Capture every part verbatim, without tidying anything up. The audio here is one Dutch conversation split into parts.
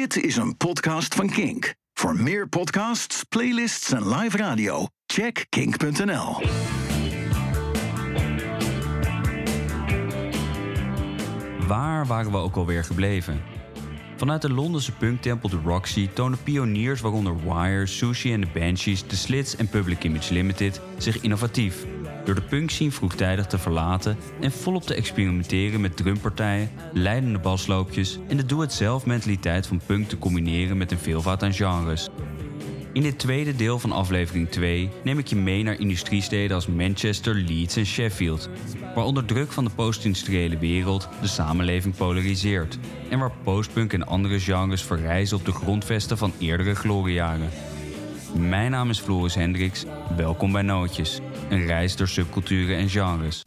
Dit is een podcast van Kink. Voor meer podcasts, playlists en live radio, check kink punt n l. Waar waren we ook alweer gebleven? Vanuit de Londense punktempel de Roxy tonen pioniers waaronder Wire, Sushi and the Banshees, The Slits en Public Image Limited zich innovatief. Door de punkscene vroegtijdig te verlaten en volop te experimenteren met drumpartijen, leidende basloopjes en de doe-het-zelf mentaliteit van punk te combineren met een veelvoud aan genres. In dit tweede deel van aflevering twee neem ik je mee naar industriesteden als Manchester, Leeds en Sheffield, waar onder druk van de post-industriële wereld de samenleving polariseert en waar postpunk en andere genres verrijzen op de grondvesten van eerdere gloriejaren. Mijn naam is Floris Hendricks, welkom bij Nootjes, een reis door subculturen en genres.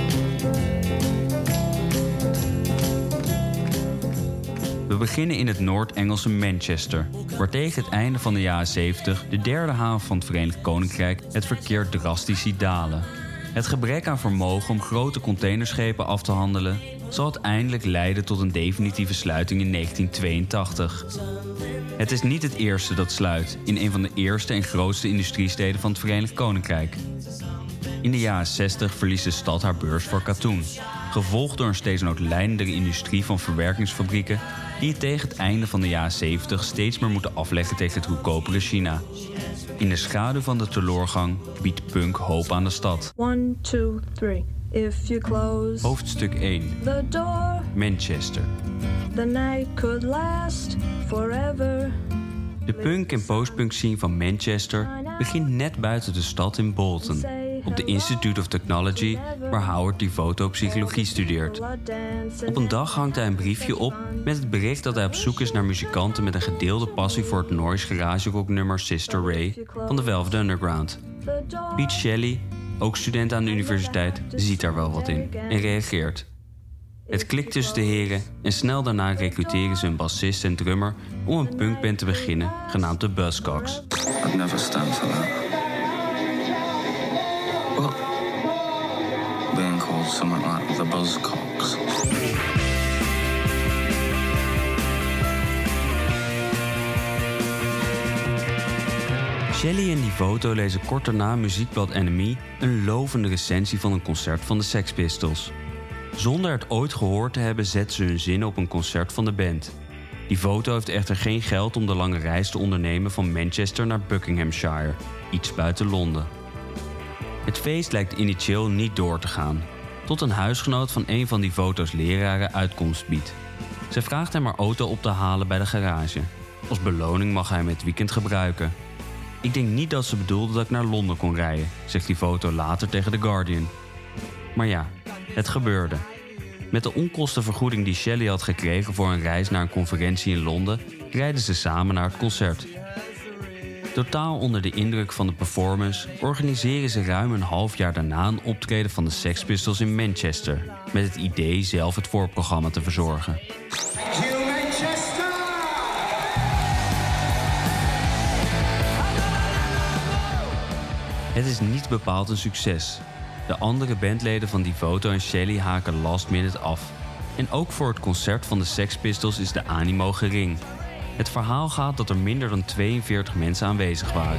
We beginnen in het Noord-Engelse Manchester, waar tegen het einde van de jaren zeventig de derde haven van het Verenigd Koninkrijk het verkeer drastisch ziet dalen. Het gebrek aan vermogen om grote containerschepen af te handelen zal uiteindelijk leiden tot een definitieve sluiting in negentien tweeëntachtig. Het is niet het eerste dat sluit in een van de eerste en grootste industriesteden van het Verenigd Koninkrijk. In de jaren zestig verliest de stad haar beurs voor katoen, gevolgd door een steeds noodlijdendere industrie van verwerkingsfabrieken die het tegen het einde van de jaren zeventig steeds meer moeten afleggen tegen het goedkopere China. In de schaduw van de teloorgang biedt punk hoop aan de stad. One, two, three. If you close Hoofdstuk één. the door, Manchester. the night could last forever. De punk- en postpunk scene van Manchester begint net buiten de stad in Bolton, op de Institute of Technology, waar Howard Devoto psychologie studeert. Op een dag hangt hij een briefje op met het bericht dat hij op zoek is naar muzikanten met een gedeelde passie voor het noise garage rocknummer Sister Ray van de Velvet Underground. Pete Shelley, ook student aan de universiteit, ziet daar wel wat in en reageert. Het klikt tussen de heren en snel daarna recruteren ze een bassist en drummer om een punkband te beginnen, genaamd de Buzzcocks. I'd never stand for that. Well, being called something like the Buzzcocks. Shelley en Devoto lezen kort daarna muziekblad Enemy een lovende recensie van een concert van de Sex Pistols. Zonder het ooit gehoord te hebben zetten ze hun zinnen op een concert van de band. Devoto heeft echter geen geld om de lange reis te ondernemen van Manchester naar Buckinghamshire, iets buiten Londen. Het feest lijkt initieel niet door te gaan, tot een huisgenoot van een van Devoto's leraren uitkomst biedt. Zij vraagt hem haar auto op te halen bij de garage. Als beloning mag hij hem het weekend gebruiken. Ik denk niet dat ze bedoelde dat ik naar Londen kon rijden, zegt Devoto later tegen The Guardian. Maar ja, het gebeurde. Met de onkostenvergoeding die Shelley had gekregen voor een reis naar een conferentie in Londen, rijden ze samen naar het concert. Totaal onder de indruk van de performance organiseren ze ruim een half jaar daarna een optreden van de Sex Pistols in Manchester, met het idee zelf het voorprogramma te verzorgen. Het is niet bepaald een succes. De andere bandleden van Devoto en Shelley haken last minute af. En ook voor het concert van de Sex Pistols is de animo gering. Het verhaal gaat dat er minder dan tweeënveertig mensen aanwezig waren.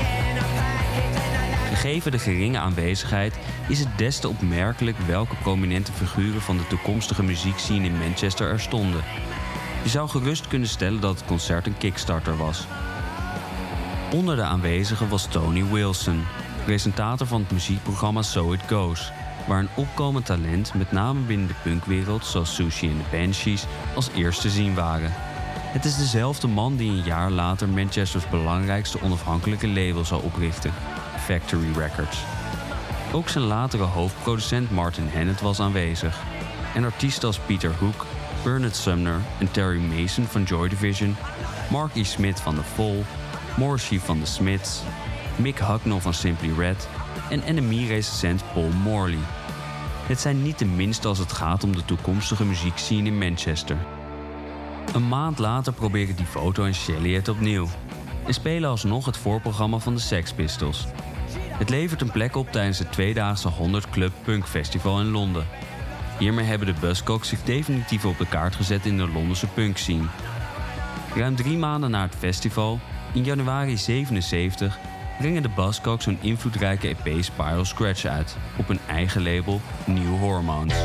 Gegeven de geringe aanwezigheid is het des te opmerkelijk welke prominente figuren van de toekomstige muziekscene in Manchester er stonden. Je zou gerust kunnen stellen dat het concert een Kickstarter was. Onder de aanwezigen was Tony Wilson, presentator van het muziekprogramma So It Goes, waar een opkomend talent met name binnen de punkwereld zoals Sushi and the Banshees als eerste te zien waren. Het is dezelfde man die een jaar later Manchesters belangrijkste onafhankelijke label zou oprichten, Factory Records. Ook zijn latere hoofdproducent Martin Hannett was aanwezig. En artiesten als Peter Hook, Bernard Sumner en Terry Mason van Joy Division, Mark E. Smith van The Fall, Morrissey van The Smiths, Mick Hucknall van Simply Red en Enemy-recensent Paul Morley. Het zijn niet de minste als het gaat om de toekomstige muziekscene in Manchester. Een maand later proberen Devoto en Shelley het opnieuw en spelen alsnog het voorprogramma van de Sex Pistols. Het levert een plek op tijdens het tweedaagse honderd Club Punk Festival in Londen. Hiermee hebben de Buzzcocks zich definitief op de kaart gezet in de Londense punkscene. Ruim drie maanden na het festival, in januari zevenenzeventig, brengen de Buzzcocks hun invloedrijke E P Spiral Scratch uit op hun eigen label New Hormones.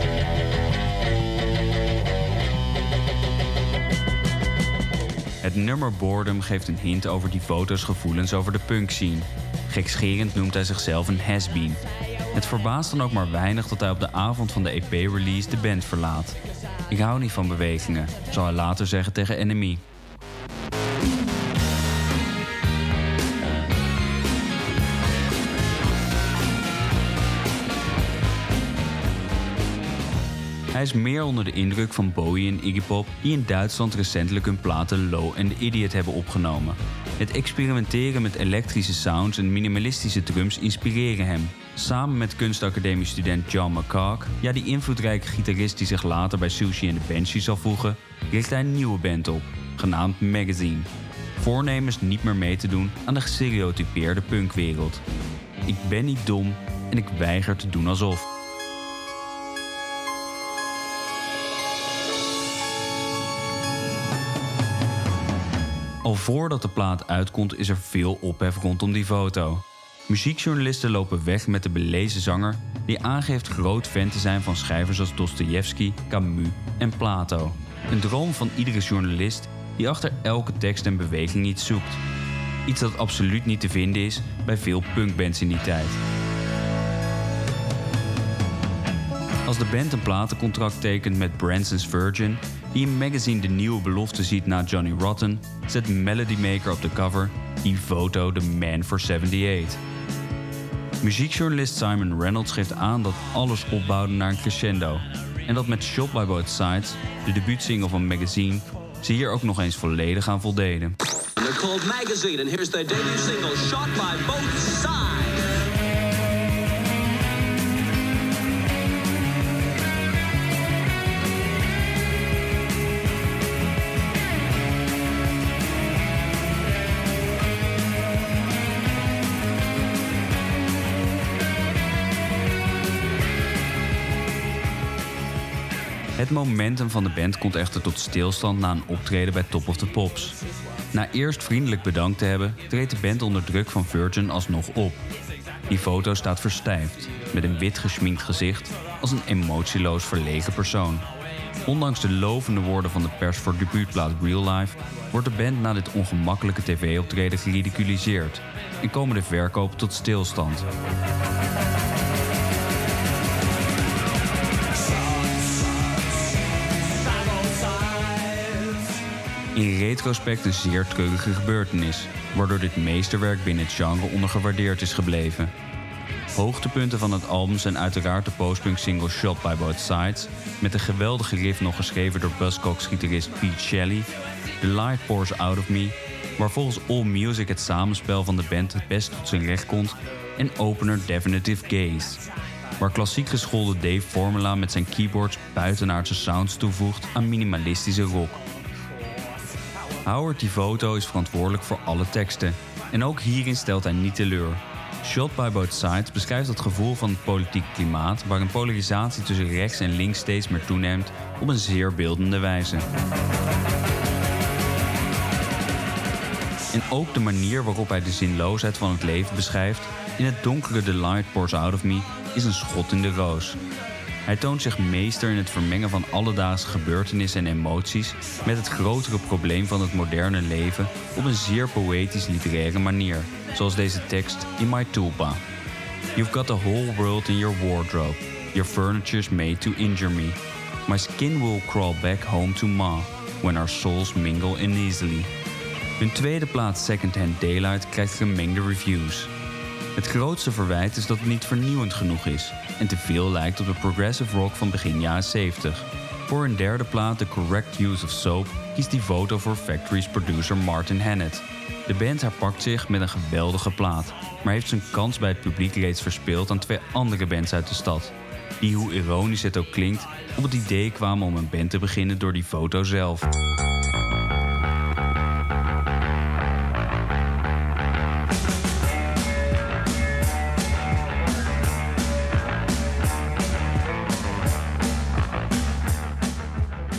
Het nummer Boredom geeft een hint over die foto's gevoelens over de punkscene. Gekscherend noemt hij zichzelf een has-been. Het verbaast dan ook maar weinig dat hij op de avond van de E P-release de band verlaat. Ik hou niet van bewegingen, zal hij later zeggen tegen N M E. Hij is meer onder de indruk van Bowie en Iggy Pop, die in Duitsland recentelijk hun platen Low and the Idiot hebben opgenomen. Het experimenteren met elektrische sounds en minimalistische drums inspireren hem. Samen met kunstacademiestudent John McCaulk, ja die invloedrijke gitarist die zich later bij Sushi and the Banshees zal voegen, richt hij een nieuwe band op, genaamd Magazine. Voornemens niet meer mee te doen aan de gestereotypeerde punkwereld. Ik ben niet dom en ik weiger te doen alsof. Al voordat de plaat uitkomt is er veel ophef rondom die foto. Muziekjournalisten lopen weg met de belezen zanger die aangeeft groot fan te zijn van schrijvers als Dostojevski, Camus en Plato. Een droom van iedere journalist die achter elke tekst en beweging iets zoekt. Iets dat absoluut niet te vinden is bij veel punkbands in die tijd. Als de band een platencontract tekent met Branson's Virgin, die in Magazine de nieuwe belofte ziet na Johnny Rotten, zet Melody Maker op de cover die foto de Man for zevenenzeventig. Muziekjournalist Simon Reynolds geeft aan dat alles opbouwde naar een crescendo en dat met Shot by Both Sides, de debuutsingle van Magazine, ze hier ook nog eens volledig aan voldeden. They're called Magazine and here's their debut single Shot by Both Sides. Het momentum van de band komt echter tot stilstand na een optreden bij Top of the Pops. Na eerst vriendelijk bedankt te hebben, treedt de band onder druk van Virgin alsnog op. Die foto staat verstijfd, met een wit geschminkt gezicht als een emotieloos verlegen persoon. Ondanks de lovende woorden van de pers voor debuutplaat Real Life wordt de band na dit ongemakkelijke tv-optreden geridiculiseerd en komen de verkopen tot stilstand. In retrospect een zeer treurige gebeurtenis, waardoor dit meesterwerk binnen het genre ondergewaardeerd is gebleven. Hoogtepunten van het album zijn uiteraard de postpunk single Shot by Both Sides, met een geweldige riff nog geschreven door Buzzcocks-gitarist Pete Shelley, The Light Pours Out of Me, waar volgens AllMusic het samenspel van de band het best tot zijn recht komt, en opener Definitive Gaze, waar klassiek geschoolde Dave Formula met zijn keyboards buitenaardse sounds toevoegt aan minimalistische rock. Howard Devoto is verantwoordelijk voor alle teksten en ook hierin stelt hij niet teleur. Shot by Both Sides beschrijft het gevoel van het politieke klimaat waarin polarisatie tussen rechts en links steeds meer toeneemt op een zeer beeldende wijze. En ook de manier waarop hij de zinloosheid van het leven beschrijft in het donkere The Light Pours Out of Me is een schot in de roos. Hij toont zich meester in het vermengen van alledaagse gebeurtenissen en emoties met het grotere probleem van het moderne leven op een zeer poëtisch-literaire manier, zoals deze tekst in My Tulpa. You've got the whole world in your wardrobe. Your furniture's made to injure me. My skin will crawl back home to Ma when our souls mingle uneasily. Hun tweede plaat Secondhand Daylight krijgt gemengde reviews. Het grootste verwijt is dat het niet vernieuwend genoeg is en te veel lijkt op de progressive rock van begin jaren zeventig. Voor een derde plaat, The Correct Use of Soap, kiest Devoto voor Factory's producer Martin Hannett. De band herpakt zich met een geweldige plaat, maar heeft zijn kans bij het publiek reeds verspeeld aan twee andere bands uit de stad, die, hoe ironisch het ook klinkt, op het idee kwamen om een band te beginnen door Devoto zelf.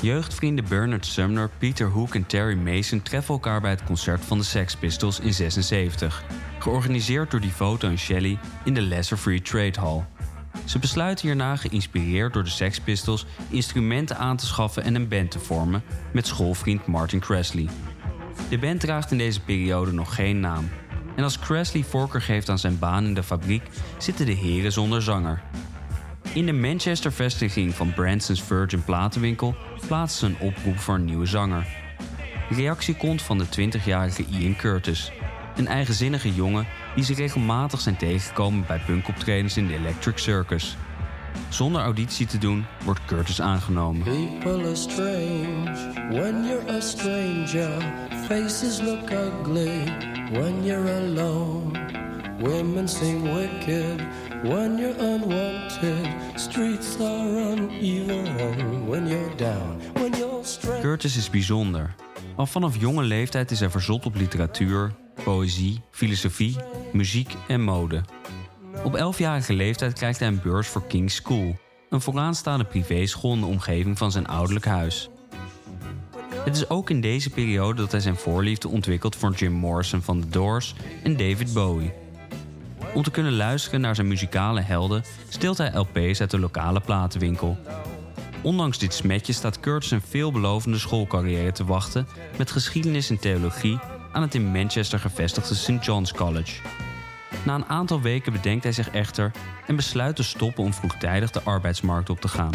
Jeugdvrienden Bernard Sumner, Peter Hook en Terry Mason treffen elkaar bij het concert van de Sex Pistols in zesenzeventig, georganiseerd door Devoto en Shelley in de Lesser Free Trade Hall. Ze besluiten hierna, geïnspireerd door de Sex Pistols, instrumenten aan te schaffen en een band te vormen met schoolvriend Martin Cresley. De band draagt in deze periode nog geen naam. En als Cresley voorkeur geeft aan zijn baan in de fabriek, zitten de heren zonder zanger. In de Manchester-vestiging van Branson's Virgin platenwinkel plaatsen ze een oproep voor een nieuwe zanger. De reactie komt van de twintigjarige Ian Curtis, een eigenzinnige jongen die ze regelmatig zijn tegengekomen bij punkoptredens in de Electric Circus. Zonder auditie te doen, wordt Curtis aangenomen. People are strange when you're a stranger. Faces look ugly when you're alone. Women seem wicked when you're unwanted. Streets are uneven when you're down. When you're strange. Curtis is bijzonder. Al vanaf jonge leeftijd is hij verzot op literatuur, poëzie, filosofie, muziek en mode. Op elfjarige leeftijd krijgt hij een beurs voor King's School, een vooraanstaande privéschool in de omgeving van zijn ouderlijk huis. Het is ook in deze periode dat hij zijn voorliefde ontwikkelt voor Jim Morrison van The Doors en David Bowie. Om te kunnen luisteren naar zijn muzikale helden steelt hij L P's uit de lokale platenwinkel. Ondanks dit smetje staat Curtis een veelbelovende schoolcarrière te wachten met geschiedenis en theologie aan het in Manchester gevestigde Saint John's College. Na een aantal weken bedenkt hij zich echter en besluit te stoppen om vroegtijdig de arbeidsmarkt op te gaan.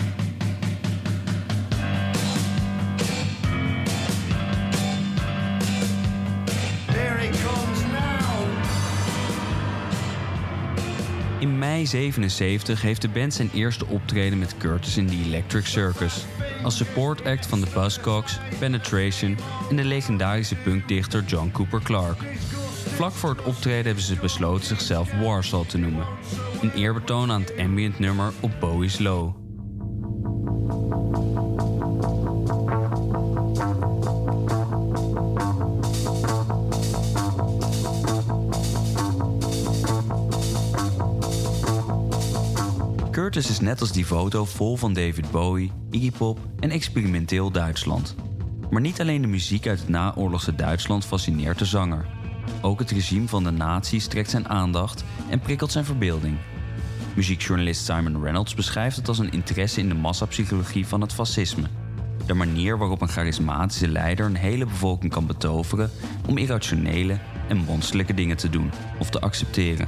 In mei zevenenzeventig heeft de band zijn eerste optreden met Curtis in de Electric Circus, als support act van de Buzzcocks, Penetration en de legendarische punkdichter John Cooper Clarke. Vlak voor het optreden hebben ze besloten zichzelf Warsaw te noemen, een eerbetoon aan het ambient nummer op Bowie's Low. Curtis is net als Devoto vol van David Bowie, Iggy Pop en experimenteel Duitsland. Maar niet alleen de muziek uit het naoorlogse Duitsland fascineert de zanger. Ook het regime van de nazi's trekt zijn aandacht en prikkelt zijn verbeelding. Muziekjournalist Simon Reynolds beschrijft het als een interesse in de massapsychologie van het fascisme. De manier waarop een charismatische leider een hele bevolking kan betoveren om irrationele en monsterlijke dingen te doen of te accepteren.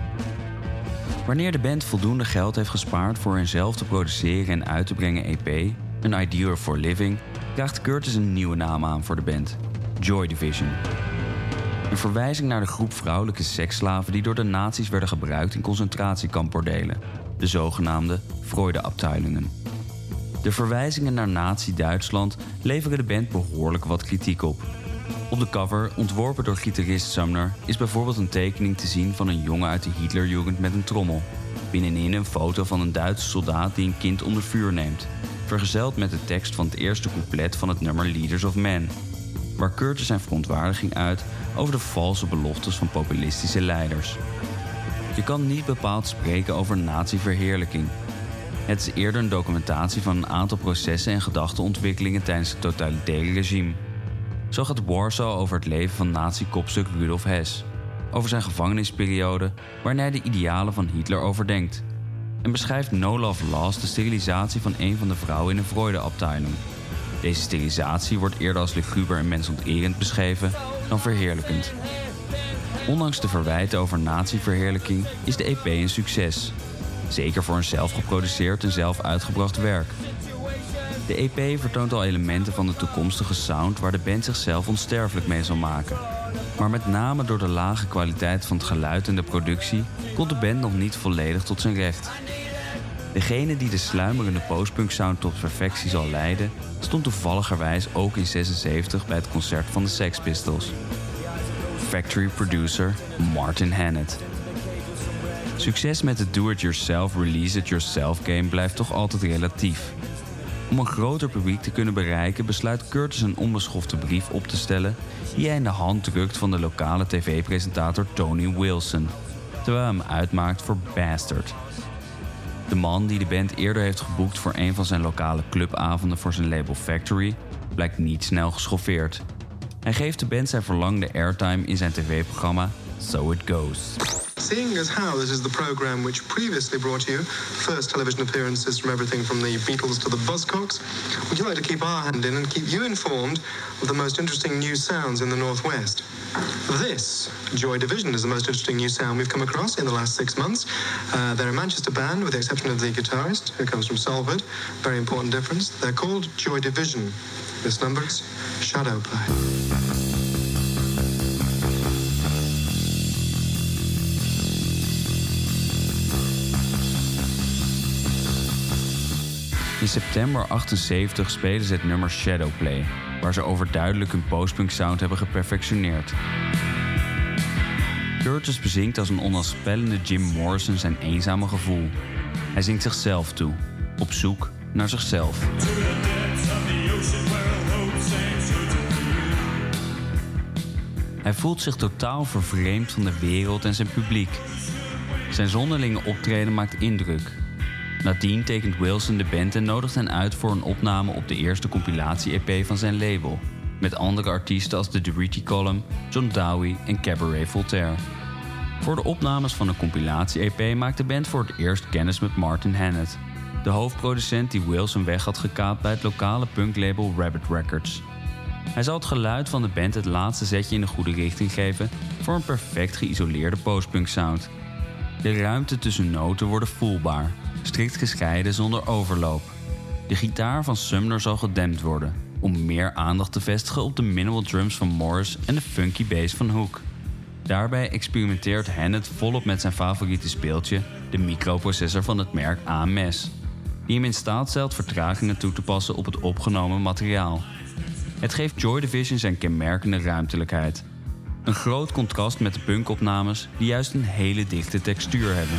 Wanneer de band voldoende geld heeft gespaard voor een zelf te produceren en uit te brengen E P, An Idea for Living, draagt Curtis een nieuwe naam aan voor de band: Joy Division. Een verwijzing naar de groep vrouwelijke seksslaven die door de nazi's werden gebruikt in concentratiekampbordelen, de zogenaamde Freude-abteilingen. De verwijzingen naar Nazi-Duitsland leveren de band behoorlijk wat kritiek op. Op de cover, ontworpen door gitarist Sumner, is bijvoorbeeld een tekening te zien van een jongen uit de Hitlerjugend met een trommel. Binnenin een foto van een Duitse soldaat die een kind onder vuur neemt, vergezeld met de tekst van het eerste couplet van het nummer Leaders of Men, waar Curtis zijn verontwaardiging uit over de valse beloftes van populistische leiders. Je kan niet bepaald spreken over nazi-verheerlijking. Het is eerder een documentatie van een aantal processen en gedachtenontwikkelingen tijdens het totalitaire regime. Zo gaat Warsaw over het leven van nazi-kopstuk Rudolf Hess, over zijn gevangenisperiode waarin hij de idealen van Hitler overdenkt, en beschrijft No Love Lost de sterilisatie van een van de vrouwen in een Freude-abteilung. Deze sterilisatie wordt eerder als luguber en mensonterend beschreven dan verheerlijkend. Ondanks de verwijten over nazi-verheerlijking is de E P een succes. Zeker voor een zelfgeproduceerd en zelf uitgebracht werk. De E P vertoont al elementen van de toekomstige sound waar de band zichzelf onsterfelijk mee zal maken. Maar met name door de lage kwaliteit van het geluid en de productie komt de band nog niet volledig tot zijn recht. Degene die de sluimerende postpunk sound tot perfectie zal leiden, stond toevalligerwijs ook in zesenzeventig bij het concert van de Sex Pistols. Factory producer Martin Hannett. Succes met het do-it-yourself, release-it-yourself game blijft toch altijd relatief. Om een groter publiek te kunnen bereiken besluit Curtis een onbeschofte brief op te stellen die hij in de hand drukt van de lokale tv-presentator Tony Wilson, terwijl hij hem uitmaakt voor Bastard. De man die de band eerder heeft geboekt voor een van zijn lokale clubavonden voor zijn label Factory, blijkt niet snel geschoffeerd. Hij geeft de band zijn verlangde airtime in zijn tv-programma So It Goes. Seeing as how this is the program which previously brought you first television appearances from everything from the Beatles to the Buzzcocks, would you like to keep our hand in and keep you informed of the most interesting new sounds in the Northwest? This, Joy Division, is the most interesting new sound we've come across in the last six months. Uh, they're a Manchester band with the exception of the guitarist, who comes from Salford. Very important difference. They're called Joy Division. This number is Shadowplay. In september achtenzeventig spelen ze het nummer Shadowplay, waar ze overduidelijk hun postpunk sound hebben geperfectioneerd. Curtis bezingt als een onafspellende Jim Morrison zijn eenzame gevoel. Hij zingt zichzelf toe, op zoek naar zichzelf. Hij voelt zich totaal vervreemd van de wereld en zijn publiek. Zijn zonderlinge optreden maakt indruk. Nadien tekent Wilson de band en nodigt hen uit voor een opname op de eerste compilatie-E P van zijn label, met andere artiesten als The Durutti Column, John Dowie en Cabaret Voltaire. Voor de opnames van de compilatie-E P maakt de band voor het eerst kennis met Martin Hannett, de hoofdproducent die Wilson weg had gekaapt bij het lokale punklabel Rabbit Records. Hij zal het geluid van de band het laatste zetje in de goede richting geven voor een perfect geïsoleerde postpunk sound. De ruimte tussen noten worden voelbaar, strikt gescheiden zonder overloop. De gitaar van Sumner zal gedempt worden, om meer aandacht te vestigen op de minimal drums van Morris en de funky bass van Hook. Daarbij experimenteert Hannett volop met zijn favoriete speeltje, de microprocessor van het merk A M S, die hem in staat stelt vertragingen toe te passen op het opgenomen materiaal. Het geeft Joy Division zijn kenmerkende ruimtelijkheid. Een groot contrast met de punkopnames die juist een hele dichte textuur hebben.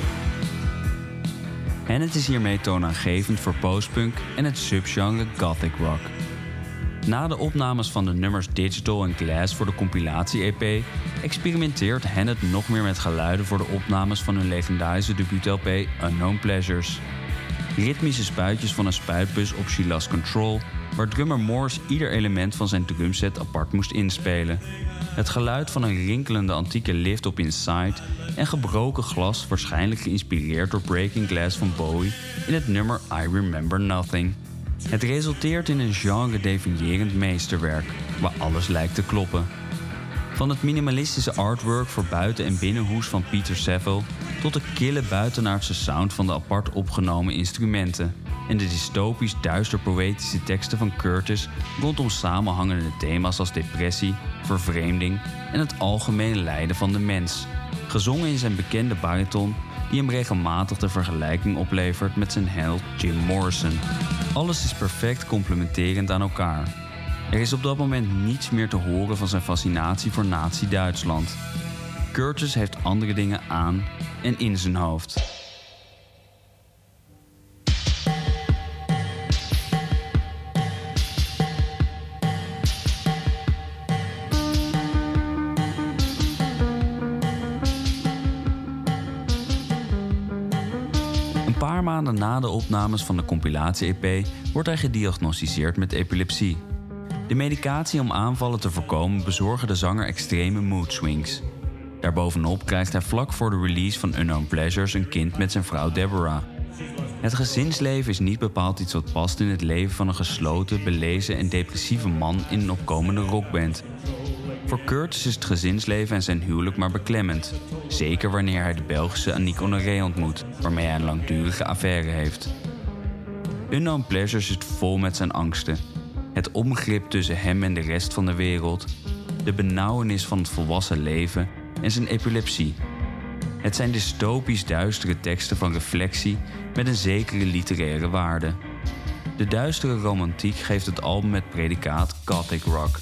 Hannett is hiermee toonaangevend voor postpunk en het subgenre gothic rock. Na de opnames van de nummers Digital en Glass voor de compilatie-E P experimenteert Hannett nog meer met geluiden voor de opnames van hun legendarische debuut-L P Unknown Pleasures. Ritmische spuitjes van een spuitbus op She Lost Control, waar drummer Morris ieder element van zijn drumset apart moest inspelen. Het geluid van een rinkelende antieke lift op Inside en gebroken glas, waarschijnlijk geïnspireerd door Breaking Glass van Bowie in het nummer I Remember Nothing. Het resulteert in een genre-definiërend meesterwerk, waar alles lijkt te kloppen. Van het minimalistische artwork voor buiten- en binnenhoes van Peter Saville tot de kille buitenaardse sound van de apart opgenomen instrumenten en de dystopisch duister poëtische teksten van Curtis rondom samenhangende thema's als depressie, vervreemding en het algemene lijden van de mens. Gezongen in zijn bekende bariton die hem regelmatig de vergelijking oplevert met zijn held Jim Morrison. Alles is perfect complementerend aan elkaar. Er is op dat moment niets meer te horen van zijn fascinatie voor Nazi-Duitsland. Curtis heeft andere dingen aan en in zijn hoofd. Een paar maanden na de opnames van de compilatie-E P wordt hij gediagnosticeerd met epilepsie. De medicatie om aanvallen te voorkomen bezorgen de zanger extreme mood swings. Daarbovenop krijgt hij vlak voor de release van Unknown Pleasures een kind met zijn vrouw Deborah. Het gezinsleven is niet bepaald iets wat past in het leven van een gesloten, belezen en depressieve man in een opkomende rockband. Voor Curtis is het gezinsleven en zijn huwelijk maar beklemmend. Zeker wanneer hij de Belgische Annick Honoré ontmoet, waarmee hij een langdurige affaire heeft. Unknown Pleasures zit vol met zijn angsten. Het onbegrip tussen hem en de rest van de wereld, de benauwenis van het volwassen leven en zijn epilepsie. Het zijn dystopisch duistere teksten van reflectie met een zekere literaire waarde. De duistere romantiek geeft het album het predicaat gothic rock.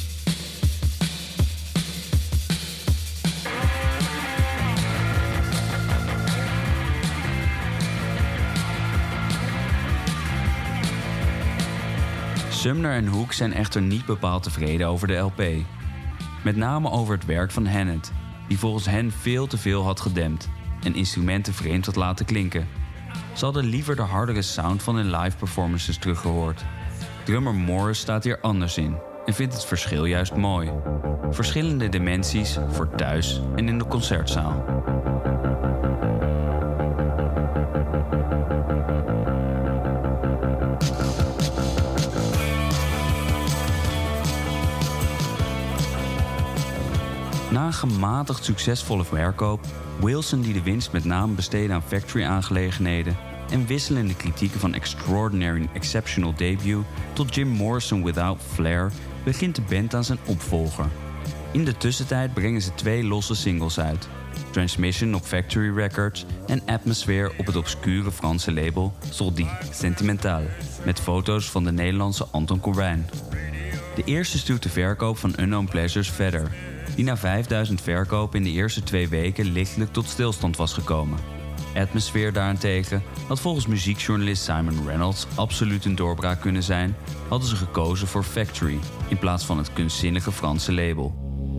Sumner en Hook zijn echter niet bepaald tevreden over de L P. Met name over het werk van Hannett, die volgens hen veel te veel had gedempt en instrumenten vreemd had laten klinken. Ze hadden liever de hardere sound van hun live performances teruggehoord. Drummer Morris staat hier anders in en vindt het verschil juist mooi. Verschillende dimensies voor thuis en in de concertzaal. Na een gematigd succesvolle verkoop, Wilson die de winst met name besteedde aan factory-aangelegenheden en wisselende kritieken van Extraordinary and Exceptional Debut tot Jim Morrison Without Flair, begint de band aan zijn opvolger. In de tussentijd brengen ze twee losse singles uit: Transmission op Factory Records en Atmosphere op het obscure Franse label Soldie Sentimental, met foto's van de Nederlandse Anton Corbijn. De eerste stuurt de verkoop van Unknown Pleasures verder, die na vijfduizend verkopen in de eerste twee weken lichtelijk tot stilstand was gekomen. Atmosphere daarentegen had volgens muziekjournalist Simon Reynolds absoluut een doorbraak kunnen zijn, hadden ze gekozen voor Factory in plaats van het kunstzinnige Franse label.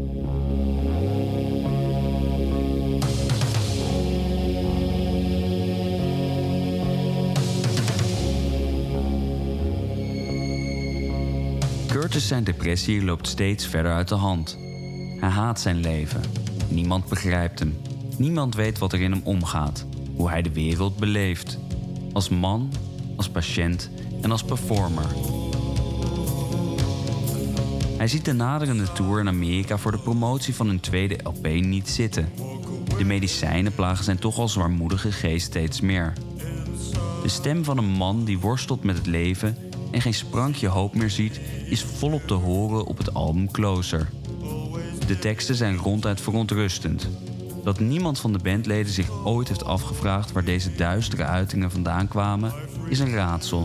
Curtis zijn depressie loopt steeds verder uit de hand. Hij haat zijn leven. Niemand begrijpt hem. Niemand weet wat er in hem omgaat. Hoe hij de wereld beleeft. Als man, als patiënt en als performer. Hij ziet de naderende tour in Amerika voor de promotie van een tweede L P niet zitten. De medicijnen plagen zijn toch al zwaarmoedige geest steeds meer. De stem van een man die worstelt met het leven en geen sprankje hoop meer ziet, is volop te horen op het album Closer. De teksten zijn ronduit verontrustend. Dat niemand van de bandleden zich ooit heeft afgevraagd waar deze duistere uitingen vandaan kwamen, is een raadsel.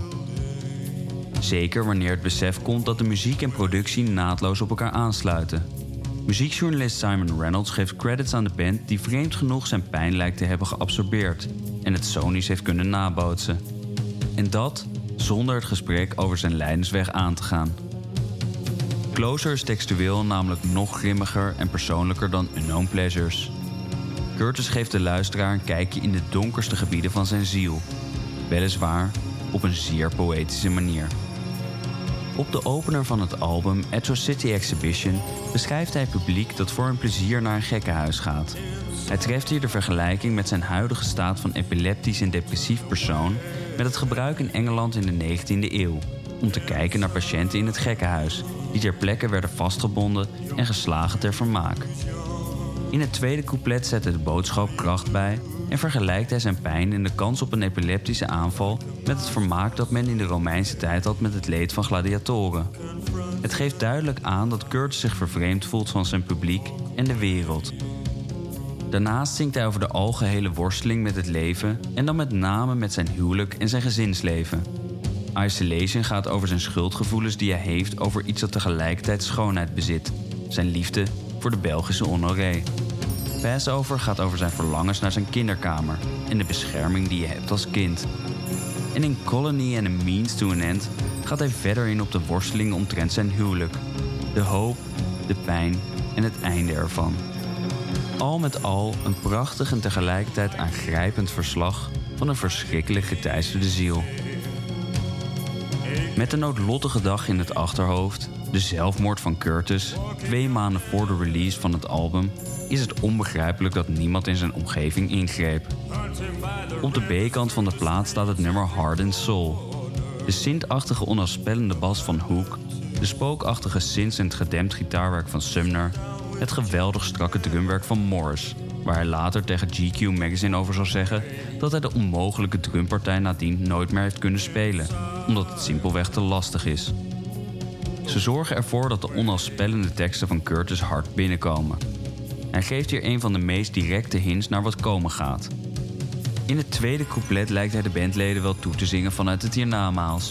Zeker wanneer het besef komt dat de muziek en productie naadloos op elkaar aansluiten. Muziekjournalist Simon Reynolds geeft credits aan de band die vreemd genoeg zijn pijn lijkt te hebben geabsorbeerd en het sonisch heeft kunnen nabootsen. En dat zonder het gesprek over zijn lijdensweg aan te gaan. Closer is textueel namelijk nog grimmiger en persoonlijker dan Unknown Pleasures. Curtis geeft de luisteraar een kijkje in de donkerste gebieden van zijn ziel. Weliswaar op een zeer poëtische manier. Op de opener van het album Atrocity Exhibition beschrijft hij het publiek dat voor een plezier naar een gekkenhuis gaat. Hij treft hier de vergelijking met zijn huidige staat van epileptisch en depressief persoon met het gebruik in Engeland in de negentiende eeuw, om te kijken naar patiënten in het gekkenhuis die ter plekke werden vastgebonden en geslagen ter vermaak. In het tweede couplet zet hij de boodschap kracht bij en vergelijkt hij zijn pijn en de kans op een epileptische aanval met het vermaak dat men in de Romeinse tijd had met het leed van gladiatoren. Het geeft duidelijk aan dat Curtis zich vervreemd voelt van zijn publiek en de wereld. Daarnaast zingt hij over de algehele worsteling met het leven en dan met name met zijn huwelijk en zijn gezinsleven. Isolation gaat over zijn schuldgevoelens die hij heeft over iets dat tegelijkertijd schoonheid bezit. Zijn liefde voor de Belgische Honoré. Passover gaat over zijn verlangens naar zijn kinderkamer en de bescherming die je hebt als kind. En in Colony and a Means to an End gaat hij verder in op de worsteling omtrent zijn huwelijk. De hoop, de pijn en het einde ervan. Al met al een prachtig en tegelijkertijd aangrijpend verslag van een verschrikkelijk geteisterde ziel. Met de noodlottige dag in het achterhoofd, de zelfmoord van Curtis, twee maanden voor de release van het album, is het onbegrijpelijk dat niemand in zijn omgeving ingreep. Op de B-kant van de plaat staat het nummer Heart and Soul. De synthachtige onafspellende bas van Hook, de spookachtige synths en het gedempt gitaarwerk van Sumner, het geweldig strakke drumwerk van Morris, waar hij later tegen G Q Magazine over zou zeggen dat hij de onmogelijke drumpartij nadien nooit meer heeft kunnen spelen, omdat het simpelweg te lastig is. Ze zorgen ervoor dat de onafspellende teksten van Curtis hard binnenkomen. Hij geeft hier een van de meest directe hints naar wat komen gaat. In het tweede couplet lijkt hij de bandleden wel toe te zingen vanuit het hiernamaals.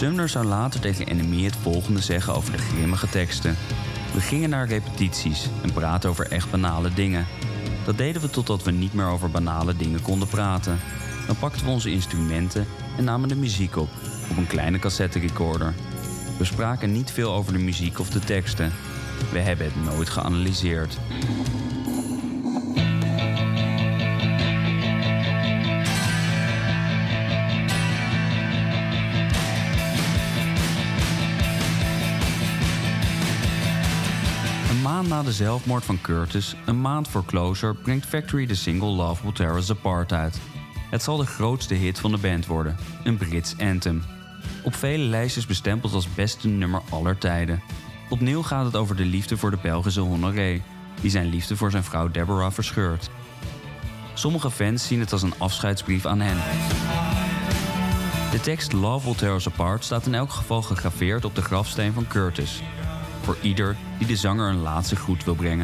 Sumner zou later tegen N M E het volgende zeggen over de grimmige teksten. We gingen naar repetities en praten over echt banale dingen. Dat deden we totdat we niet meer over banale dingen konden praten. Dan pakten we onze instrumenten en namen de muziek op, op een kleine cassette-recorder. We spraken niet veel over de muziek of de teksten. We hebben het nooit geanalyseerd. Een maand na de zelfmoord van Curtis, een maand voor Closer, brengt Factory de single Love Will Tear Us Apart uit. Het zal de grootste hit van de band worden, een Brits anthem. Op vele lijstjes bestempeld als beste nummer aller tijden. Opnieuw gaat het over de liefde voor de Belgische Honoré, die zijn liefde voor zijn vrouw Deborah verscheurt. Sommige fans zien het als een afscheidsbrief aan hen. De tekst Love Will Tear Us Apart staat in elk geval gegraveerd op de grafsteen van Curtis. Voor ieder die de zanger een laatste groet wil brengen.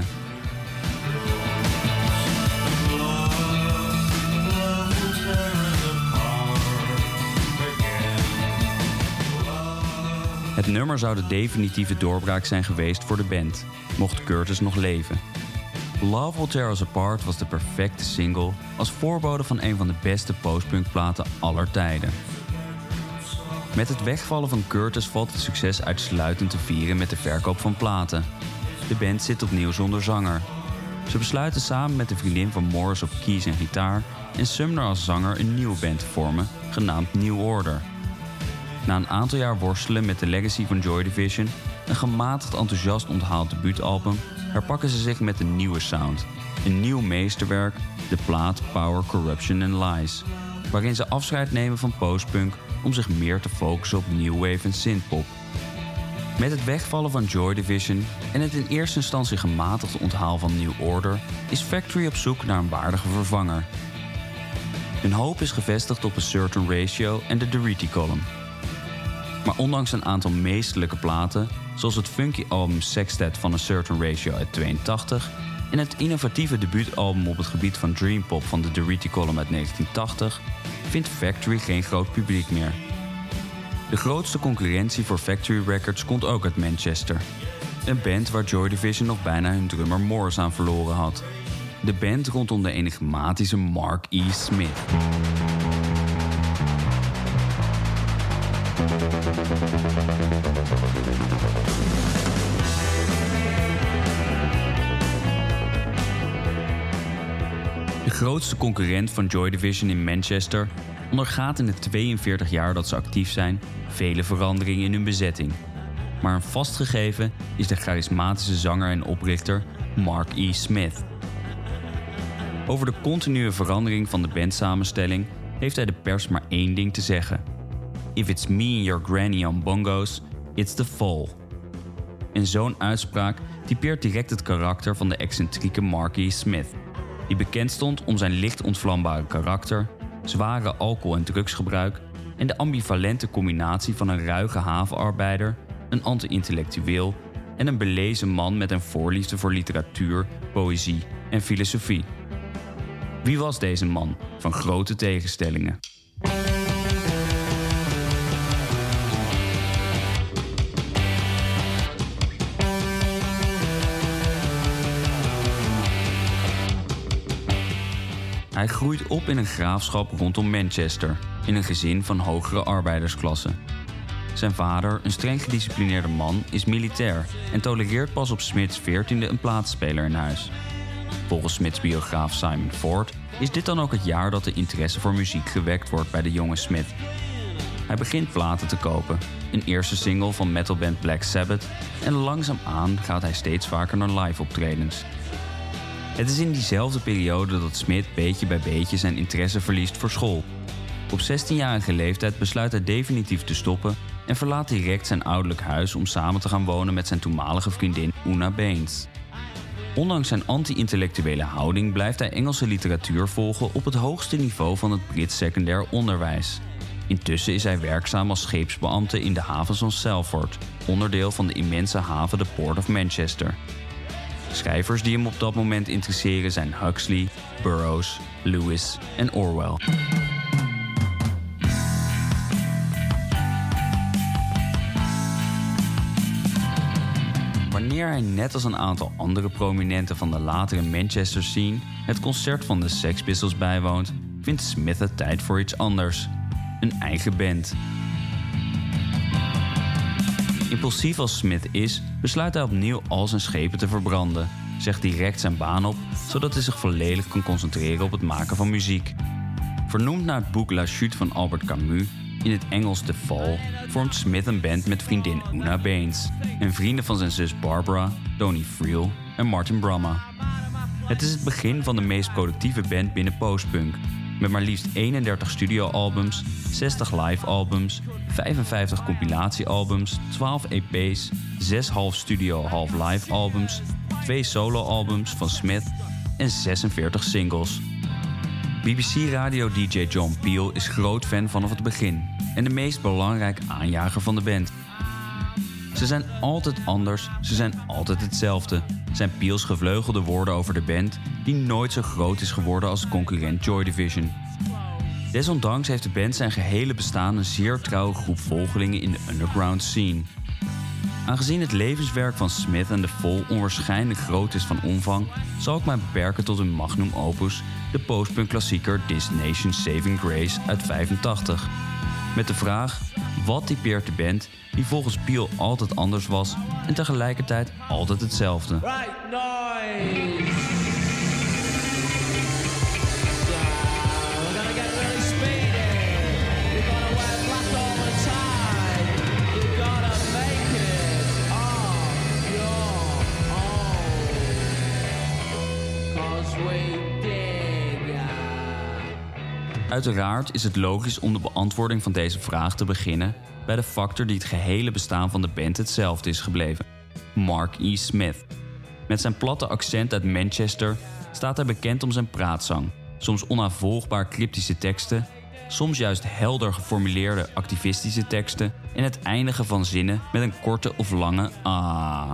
Het nummer zou de definitieve doorbraak zijn geweest voor de band, mocht Curtis nog leven. Love Will Tear Us Apart was de perfecte single als voorbode van een van de beste postpunkplaten aller tijden. Met het wegvallen van Curtis valt het succes uitsluitend te vieren met de verkoop van platen. De band zit opnieuw zonder zanger. Ze besluiten samen met de vriendin van Morris op keys en gitaar en Sumner als zanger een nieuwe band te vormen, genaamd New Order. Na een aantal jaar worstelen met de legacy van Joy Division, een gematigd enthousiast onthaald debuutalbum, herpakken ze zich met een nieuwe sound. Een nieuw meesterwerk, de plaat Power, Corruption and Lies, waarin ze afscheid nemen van postpunk om zich meer te focussen op new wave en synthpop. Met het wegvallen van Joy Division en het in eerste instantie gematigde onthaal van New Order is Factory op zoek naar een waardige vervanger. Hun hoop is gevestigd op A Certain Ratio en de Durutti Column. Maar ondanks een aantal meesterlijke platen, zoals het funky album Sextet van A Certain Ratio uit tweeëntachtig en het innovatieve debuutalbum op het gebied van dreampop van de Durutti Column uit negentien tachtig, vindt Factory geen groot publiek meer. De grootste concurrentie voor Factory Records komt ook uit Manchester. Een band waar Joy Division nog bijna hun drummer Morris aan verloren had. De band rondom de enigmatische Mark E. Smith. De grootste concurrent van Joy Division in Manchester ondergaat in de tweeënveertig jaar dat ze actief zijn vele veranderingen in hun bezetting. Maar een vastgegeven is de charismatische zanger en oprichter Mark E. Smith. Over de continue verandering van de bandsamenstelling heeft hij de pers maar één ding te zeggen. If it's me and your granny on bongos, it's the fall. En zo'n uitspraak typeert direct het karakter van de excentrieke Mark E. Smith, die bekend stond om zijn licht ontvlambare karakter, zware alcohol- en drugsgebruik en de ambivalente combinatie van een ruige havenarbeider, een anti-intellectueel en een belezen man met een voorliefde voor literatuur, poëzie en filosofie. Wie was deze man van grote tegenstellingen? Hij groeit op in een graafschap rondom Manchester, in een gezin van hogere arbeidersklasse. Zijn vader, een streng gedisciplineerde man, is militair en tolereert pas op Smiths veertiende een plaatspeler in huis. Volgens Smiths biograaf Simon Ford is dit dan ook het jaar dat de interesse voor muziek gewekt wordt bij de jonge Smith. Hij begint platen te kopen, een eerste single van metalband Black Sabbath, en langzaamaan gaat hij steeds vaker naar live optredens. Het is in diezelfde periode dat Smith beetje bij beetje zijn interesse verliest voor school. Op zestienjarige leeftijd besluit hij definitief te stoppen en verlaat direct zijn ouderlijk huis om samen te gaan wonen met zijn toenmalige vriendin Una Baines. Ondanks zijn anti-intellectuele houding blijft hij Engelse literatuur volgen op het hoogste niveau van het Brits secundair onderwijs. Intussen is hij werkzaam als scheepsbeambte in de havens van Salford, onderdeel van de immense haven de Port of Manchester. Schrijvers die hem op dat moment interesseren zijn Huxley, Burroughs, Lewis en Orwell. wanneer hij net als een aantal andere prominenten van de latere Manchester scene het concert van de Sex Pistols bijwoont, vindt Smith het tijd voor iets anders: een eigen band. Impulsief als Smith is, besluit hij opnieuw al zijn schepen te verbranden, zegt direct zijn baan op, zodat hij zich volledig kan concentreren op het maken van muziek. Vernoemd naar het boek La Chute van Albert Camus, in het Engels The Fall, vormt Smith een band met vriendin Una Baines en vrienden van zijn zus Barbara, Tony Friel en Martin Brummer. Het is het begin van de meest productieve band binnen postpunk, met maar liefst eenendertig studioalbums, zestig live-albums, vijfenvijftig compilatiealbums, twaalf E P's, zes half studio half live albums, twee soloalbums van Smith en zesenveertig singles. B B C-radio D J John Peel is groot fan vanaf het begin en de meest belangrijke aanjager van de band. Ze zijn altijd anders, ze zijn altijd hetzelfde, zijn Peels gevleugelde woorden over de band, die nooit zo groot is geworden als de concurrent Joy Division. Desondanks heeft de band zijn gehele bestaan een zeer trouwe groep volgelingen in de underground scene. Aangezien het levenswerk van Smith en The Fall onwaarschijnlijk groot is van omvang, zal ik mij beperken tot hun magnum opus, de postpunk klassieker This Nation's Saving Grace uit vijfentachtig. Met de vraag: wat typeert de band die volgens Peel altijd anders was en tegelijkertijd altijd hetzelfde? Right noise. Uiteraard is het logisch om de beantwoording van deze vraag te beginnen bij de factor die het gehele bestaan van de band hetzelfde is gebleven: Mark E. Smith. Met zijn platte accent uit Manchester staat hij bekend om zijn praatzang, soms onnavolgbaar cryptische teksten, soms juist helder geformuleerde activistische teksten en het eindigen van zinnen met een korte of lange ah.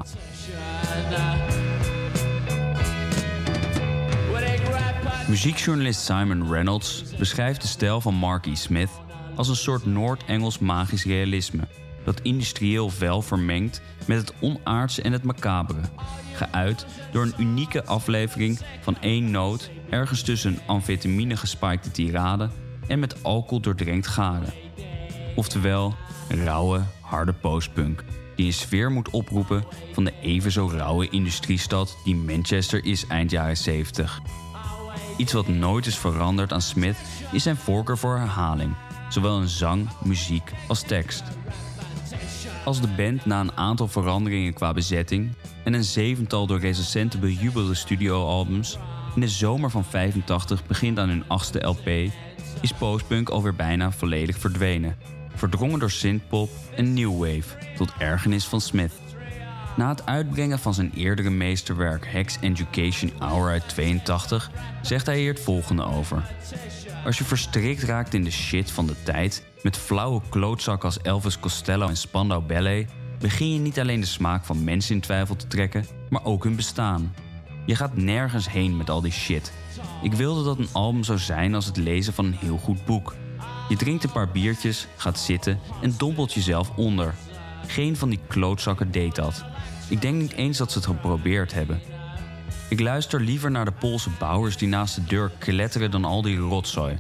Muziekjournalist Simon Reynolds beschrijft de stijl van Mark E. Smith als een soort Noord-Engels magisch realisme, dat industrieel vuil vermengt met het onaardse en het macabere, geuit door een unieke aflevering van één noot ergens tussen een amfetamine gespikte tirade en met alcohol doordrenkt garen. Oftewel, rauwe, harde postpunk, die een sfeer moet oproepen van de even zo rauwe industriestad die Manchester is eind jaren zeventig. Iets wat nooit is veranderd aan Smith is zijn voorkeur voor herhaling, zowel in zang, muziek als tekst. Als de band na een aantal veranderingen qua bezetting en een zevental door recensenten bejubelde studioalbums in de zomer van vijfentachtig begint aan hun achtste L P, is postpunk alweer bijna volledig verdwenen, verdrongen door synthpop en new wave, tot ergernis van Smith. Na het uitbrengen van zijn eerdere meesterwerk Hex Education Hour uit tweeëntachtig zegt hij hier het volgende over: als je verstrikt raakt in de shit van de tijd, met flauwe klootzakken als Elvis Costello en Spandau Ballet, begin je niet alleen de smaak van mensen in twijfel te trekken, maar ook hun bestaan. Je gaat nergens heen met al die shit. Ik wilde dat een album zou zijn als het lezen van een heel goed boek. Je drinkt een paar biertjes, gaat zitten en dompelt jezelf onder. Geen van die klootzakken deed dat. Ik denk niet eens dat ze het geprobeerd hebben. Ik luister liever naar de Poolse bouwers die naast de deur kletteren dan al die rotzooi.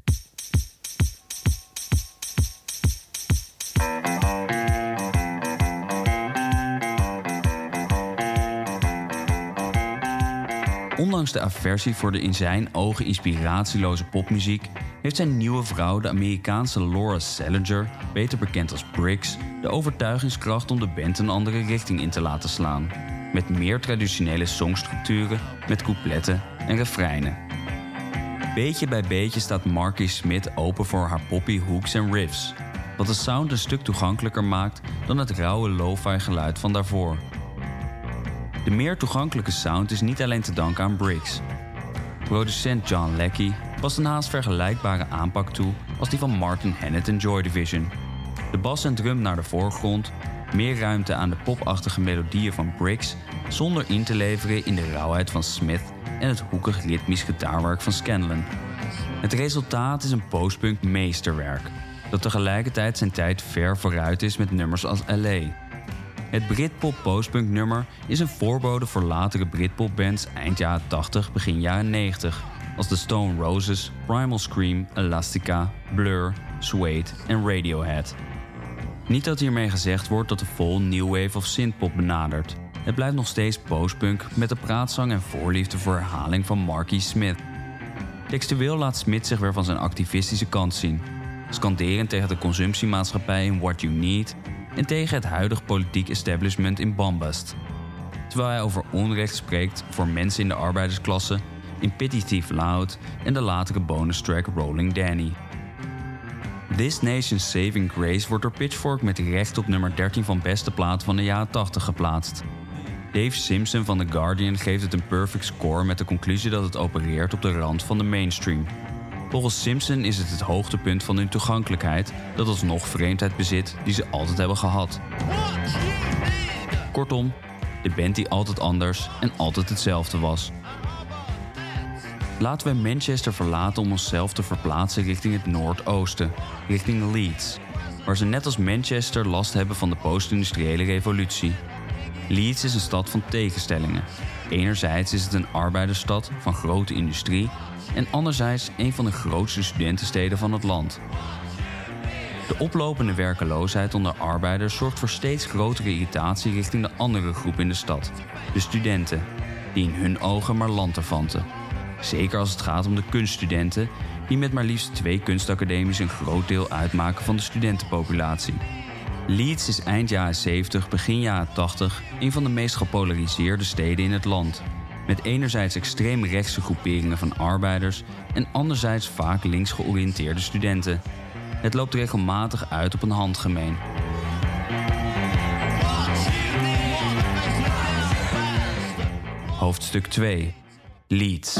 Ondanks de aversie voor de in zijn ogen inspiratieloze popmuziek heeft zijn nieuwe vrouw, de Amerikaanse Laura Salinger, beter bekend als Briggs, de overtuigingskracht om de band een andere richting in te laten slaan. Met meer traditionele songstructuren, met coupletten en refreinen. Beetje bij beetje staat Marky Smith open voor haar poppy hooks en riffs, wat de sound een stuk toegankelijker maakt dan het rauwe lo-fi geluid van daarvoor. De meer toegankelijke sound is niet alleen te danken aan Briggs. Producent John Leckie past een haast vergelijkbare aanpak toe als die van Martin Hannett en Joy Division. De bas en drum naar de voorgrond, meer ruimte aan de popachtige melodieën van Briggs, zonder in te leveren in de rauwheid van Smith en het hoekig ritmisch gitaarwerk van Scanlon. Het resultaat is een postpunk meesterwerk, dat tegelijkertijd zijn tijd ver vooruit is met nummers als L A. Het Britpop postpunk nummer is een voorbode voor latere Britpop-bands eind jaren tachtig, begin jaren negentig, als The Stone Roses, Primal Scream, Elastica, Blur, Suede en Radiohead. Niet dat hiermee gezegd wordt dat de vol new wave of synthpop benadert. Het blijft nog steeds postpunk met de praatzang en voorliefde voor herhaling van Marky Smith. Textueel laat Smith zich weer van zijn activistische kant zien, skanderend tegen de consumptiemaatschappij in What You Need en tegen het huidige politiek establishment in Bombast. Terwijl hij over onrecht spreekt voor mensen in de arbeidersklasse in Pity Thief Loud en de latere bonustrack Rolling Danny. This Nation's Saving Grace wordt door Pitchfork met recht op nummer dertien van beste platen van de jaren tachtig geplaatst. Dave Simpson van The Guardian geeft het een perfect score met de conclusie dat het opereert op de rand van de mainstream. Volgens Simpson is het het hoogtepunt van hun toegankelijkheid dat alsnog vreemdheid bezit die ze altijd hebben gehad. Kortom, de band die altijd anders en altijd hetzelfde was. Laten we Manchester verlaten om onszelf te verplaatsen richting het noordoosten, richting Leeds, waar ze net als Manchester last hebben van de post-industriële revolutie. Leeds is een stad van tegenstellingen. Enerzijds is het een arbeidersstad van grote industrie en anderzijds een van de grootste studentensteden van het land. De oplopende werkeloosheid onder arbeiders zorgt voor steeds grotere irritatie richting de andere groep in de stad, de studenten, die in hun ogen maar lanterfanten. Zeker als het gaat om de kunststudenten, die met maar liefst twee kunstacademies een groot deel uitmaken van de studentenpopulatie. Leeds is eind jaren zeventig, begin jaren tachtig een van de meest gepolariseerde steden in het land, met enerzijds extreem rechtse groeperingen van arbeiders en anderzijds vaak links georiënteerde studenten. Het loopt regelmatig uit op een handgemeen. Hoofdstuk twee. Leeds.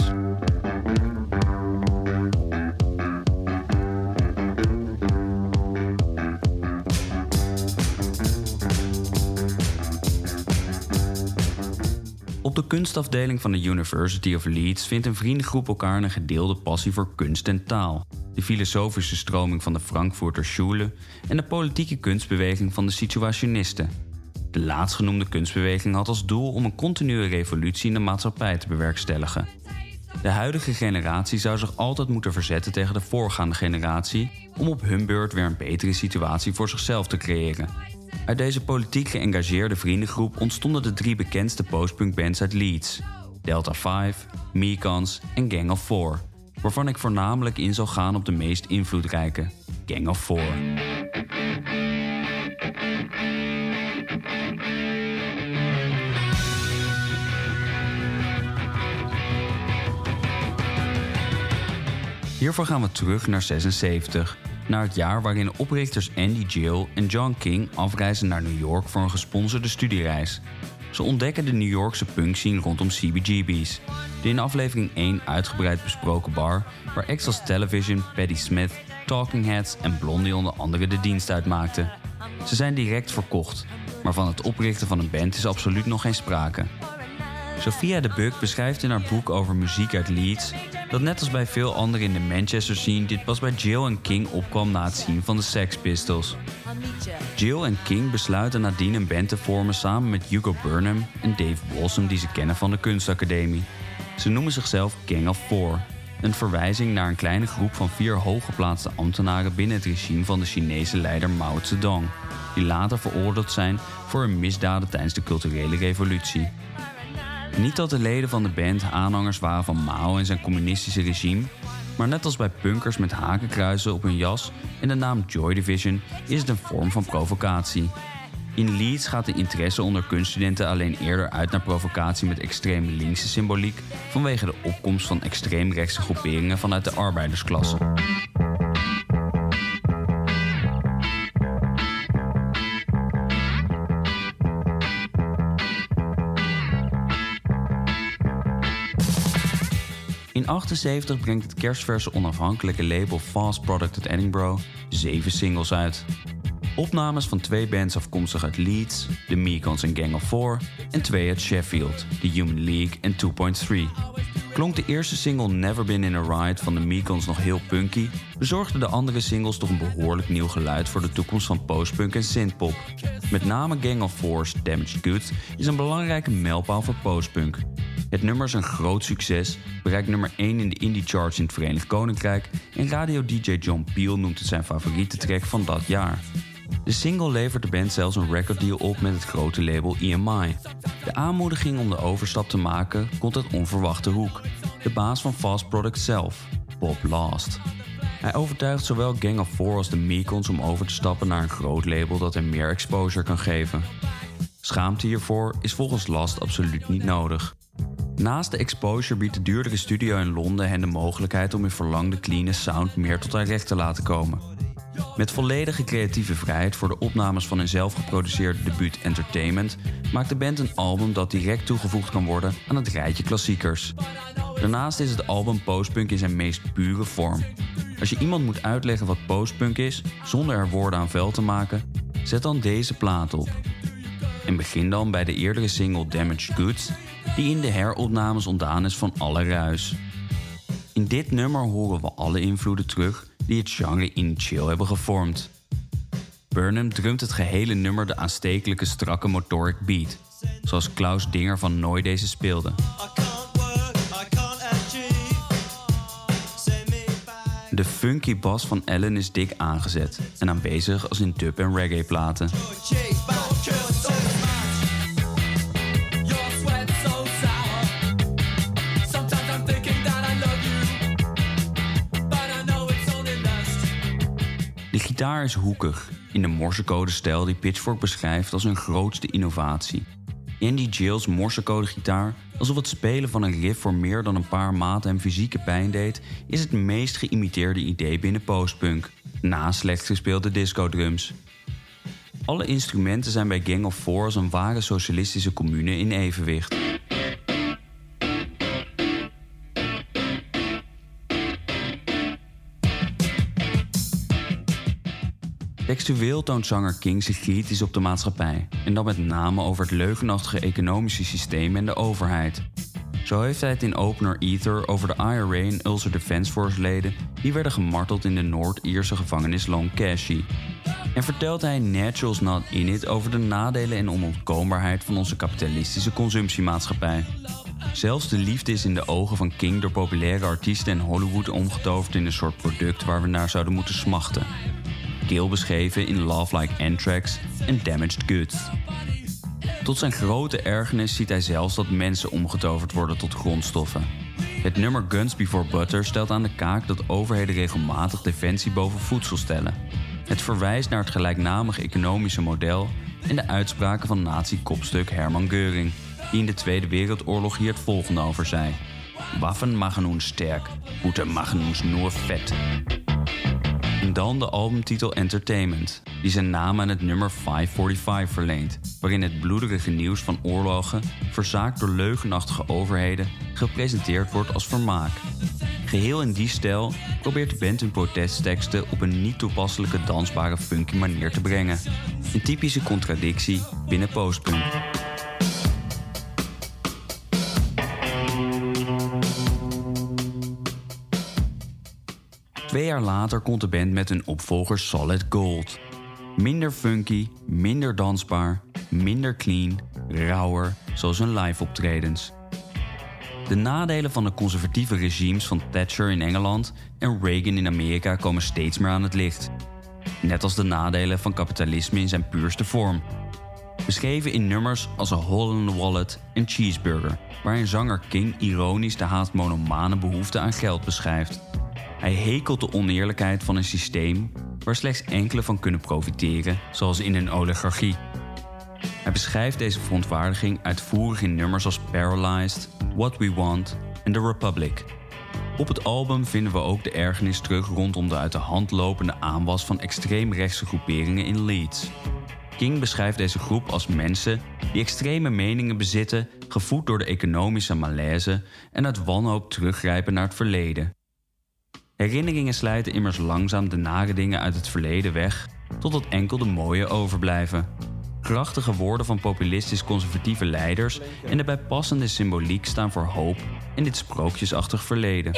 Op de kunstafdeling van de University of Leeds vindt een vriendengroep elkaar een gedeelde passie voor kunst en taal, de filosofische stroming van de Frankfurter Schule en de politieke kunstbeweging van de situationisten. De laatstgenoemde kunstbeweging had als doel om een continue revolutie in de maatschappij te bewerkstelligen. De huidige generatie zou zich altijd moeten verzetten tegen de voorgaande generatie om op hun beurt weer een betere situatie voor zichzelf te creëren. Uit deze politiek geëngageerde vriendengroep ontstonden de drie bekendste postpunkbands uit Leeds: Delta vijf, Mekons en Gang of Four, waarvan ik voornamelijk in zal gaan op de meest invloedrijke, Gang of Four. Hiervoor gaan we terug naar zesenzeventig, naar het jaar waarin oprichters Andy Gill en John King afreizen naar New York voor een gesponsorde studiereis. Ze ontdekken de New Yorkse punkscene rondom C B G B's, de in aflevering één uitgebreid besproken bar waar acts als Television, Patti Smith, Talking Heads en Blondie onder andere de dienst uitmaakten. Ze zijn direct verkocht, maar van het oprichten van een band is absoluut nog geen sprake. Sophia de Buck beschrijft in haar boek over muziek uit Leeds dat net als bij veel anderen in de Manchester scene dit pas bij Gill en King opkwam na het zien van de Sex Pistols. Gill en King besluiten nadien een band te vormen samen met Hugo Burnham en Dave Walsham die ze kennen van de kunstacademie. Ze noemen zichzelf Gang of Four, een verwijzing naar een kleine groep van vier hooggeplaatste ambtenaren binnen het regime van de Chinese leider Mao Zedong, die later veroordeeld zijn voor hun misdaden tijdens de culturele revolutie. Niet dat de leden van de band aanhangers waren van Mao en zijn communistische regime, maar net als bij punkers met hakenkruizen op hun jas en de naam Joy Division is het een vorm van provocatie. In Leeds gaat de interesse onder kunststudenten alleen eerder uit naar provocatie met extreem linkse symboliek vanwege de opkomst van extreemrechtse groeperingen vanuit de arbeidersklasse. In achtenzeventig brengt het kerstverse onafhankelijke label Fast Product uit Edinburgh zeven singles uit. Opnames van twee bands afkomstig uit Leeds, de Mekons en Gang of Four, en twee uit Sheffield, The Human League en two point three. Klonk de eerste single Never Been in a Ride van de Mekons nog heel punky, bezorgden de andere singles toch een behoorlijk nieuw geluid voor de toekomst van postpunk en synthpop. Met name Gang of Four's Damaged Goods is een belangrijke mijlpaal voor postpunk. Het nummer is een groot succes, bereikt nummer één in de indie charts in het Verenigd Koninkrijk en radio-D J John Peel noemt het zijn favoriete track van dat jaar. De single levert de band zelfs een recorddeal op met het grote label E M I. De aanmoediging om de overstap te maken komt uit onverwachte hoek. De baas van Fast Product zelf, Bob Last. Hij overtuigt zowel Gang of Four als de Mekons om over te stappen naar een groot label dat hem meer exposure kan geven. Schaamte hiervoor is volgens Last absoluut niet nodig. Naast de exposure biedt de duurdere studio in Londen hen de mogelijkheid om in verlangde clean sound meer tot haar recht te laten komen. Met volledige creatieve vrijheid voor de opnames van hun zelfgeproduceerde debuut Entertainment maakt de band een album dat direct toegevoegd kan worden aan het rijtje klassiekers. Daarnaast is het album postpunk in zijn meest pure vorm. Als je iemand moet uitleggen wat postpunk is, zonder er woorden aan vuil te maken, zet dan deze plaat op. En begin dan bij de eerdere single Damaged Goods, die in de heropnames ontdaan is van alle ruis. In dit nummer horen we alle invloeden terug die het genre in chill hebben gevormd. Burnham drumt het gehele nummer de aanstekelijke strakke motoric beat, zoals Klaus Dinger van Nooi deze speelde. De funky bas van Allen is dik aangezet en aanwezig als in dub- en reggae-platen. De gitaar is hoekig, in de morsecode-stijl die Pitchfork beschrijft als hun grootste innovatie. Andy Gill's morsecode-gitaar, alsof het spelen van een riff voor meer dan een paar maten hem fysieke pijn deed, is het meest geïmiteerde idee binnen postpunk, na slecht gespeelde disco-drums. Alle instrumenten zijn bij Gang of Four als een ware socialistische commune in evenwicht. Textueel toont zanger King zich kritisch op de maatschappij, en dan met name over het leugenachtige economische systeem en de overheid. Zo heeft hij het in opener Ether over de I R A en Ulster Defence Force leden die werden gemarteld in de Noord-Ierse gevangenis Loncashie. En vertelt hij in Natural's Not In It over de nadelen en onontkoombaarheid van onze kapitalistische consumptiemaatschappij. Zelfs de liefde is in de ogen van King door populaire artiesten en Hollywood omgetoverd in een soort product waar we naar zouden moeten smachten. Keel beschreven in Love Like Anthrax en Damaged Goods. Tot zijn grote ergernis ziet hij zelfs dat mensen omgetoverd worden tot grondstoffen. Het nummer Guns Before Butter stelt aan de kaak dat overheden regelmatig defensie boven voedsel stellen. Het verwijst naar het gelijknamige economische model en de uitspraken van nazi-kopstuk Hermann Göring, die in de Tweede Wereldoorlog hier het volgende over zei: Waffen machen uns sterk, Gute machen uns nur vet. En dan de albumtitel Entertainment, die zijn naam aan het nummer vijfhonderdvijfenveertig verleent, waarin het bloederige nieuws van oorlogen, verzaakt door leugenachtige overheden, gepresenteerd wordt als vermaak. Geheel in die stijl probeert de band hun protestteksten op een niet toepasselijke dansbare funky manier te brengen. Een typische contradictie binnen postpunk. Twee jaar later komt de band met hun opvolger Solid Gold. Minder funky, minder dansbaar, minder clean, rauwer, zoals hun live optredens. De nadelen van de conservatieve regimes van Thatcher in Engeland en Reagan in Amerika komen steeds meer aan het licht. Net als de nadelen van kapitalisme in zijn puurste vorm. Beschreven in nummers als A Hole in the Wallet en Cheeseburger, waarin zanger King ironisch de haast monomane behoefte aan geld beschrijft. Hij hekelt de oneerlijkheid van een systeem waar slechts enkele van kunnen profiteren, zoals in een oligarchie. Hij beschrijft deze verontwaardiging uitvoerig in nummers als Paralyzed, What We Want en The Republic. Op het album vinden we ook de ergernis terug rondom de uit de hand lopende aanwas van extreemrechtse groeperingen in Leeds. King beschrijft deze groep als mensen die extreme meningen bezitten, gevoed door de economische malaise en uit wanhoop teruggrijpen naar het verleden. Herinneringen slijten immers langzaam de nare dingen uit het verleden weg totdat enkel de mooie overblijven. Krachtige woorden van populistisch-conservatieve leiders en de bijpassende symboliek staan voor hoop in dit sprookjesachtig verleden.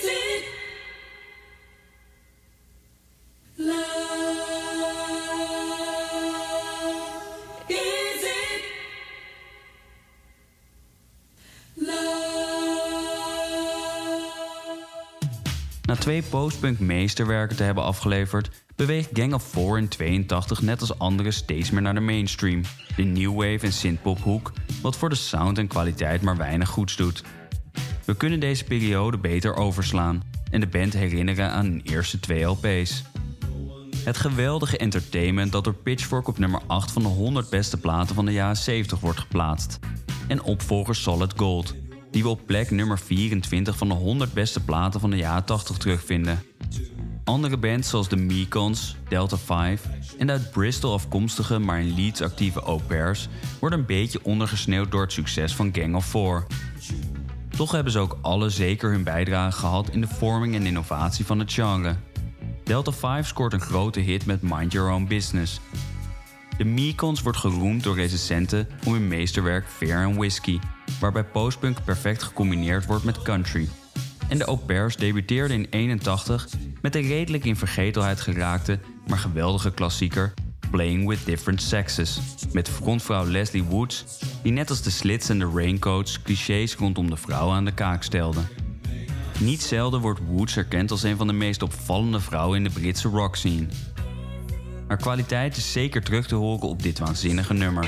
Na twee postpunk meesterwerken te hebben afgeleverd, beweegt Gang of Four in tweeëntachtig net als anderen steeds meer naar de mainstream, de new wave en synthpop hoek, wat voor de sound en kwaliteit maar weinig goeds doet. We kunnen deze periode beter overslaan en de band herinneren aan hun eerste twee L P's. Het geweldige entertainment dat door Pitchfork op nummer acht van de honderd beste platen van de jaren zeventig wordt geplaatst. En opvolger Solid Gold, die we op plek nummer vierentwintig van de honderd beste platen van de jaren tachtig terugvinden. Andere bands zoals de Mekons, Delta vijf en de uit Bristol afkomstige maar in Leeds actieve Au Pairs worden een beetje ondergesneeuwd door het succes van Gang of Four. Toch hebben ze ook alle zeker hun bijdrage gehad in de vorming en innovatie van het genre. Delta vijf scoort een grote hit met Mind Your Own Business. De Mekons wordt geroemd door recensenten om hun meesterwerk Fair and Whiskey, waarbij postpunk perfect gecombineerd wordt met country. En de Au Pairs debuteerde in eenentachtig met de redelijk in vergetelheid geraakte, maar geweldige klassieker Playing with Different Sexes, met frontvrouw Leslie Woods, die net als de Slits en de Raincoats clichés rondom de vrouw aan de kaak stelde. Niet zelden wordt Woods erkend als een van de meest opvallende vrouwen in de Britse rockscene. Haar kwaliteit is zeker terug te horen op dit waanzinnige nummer.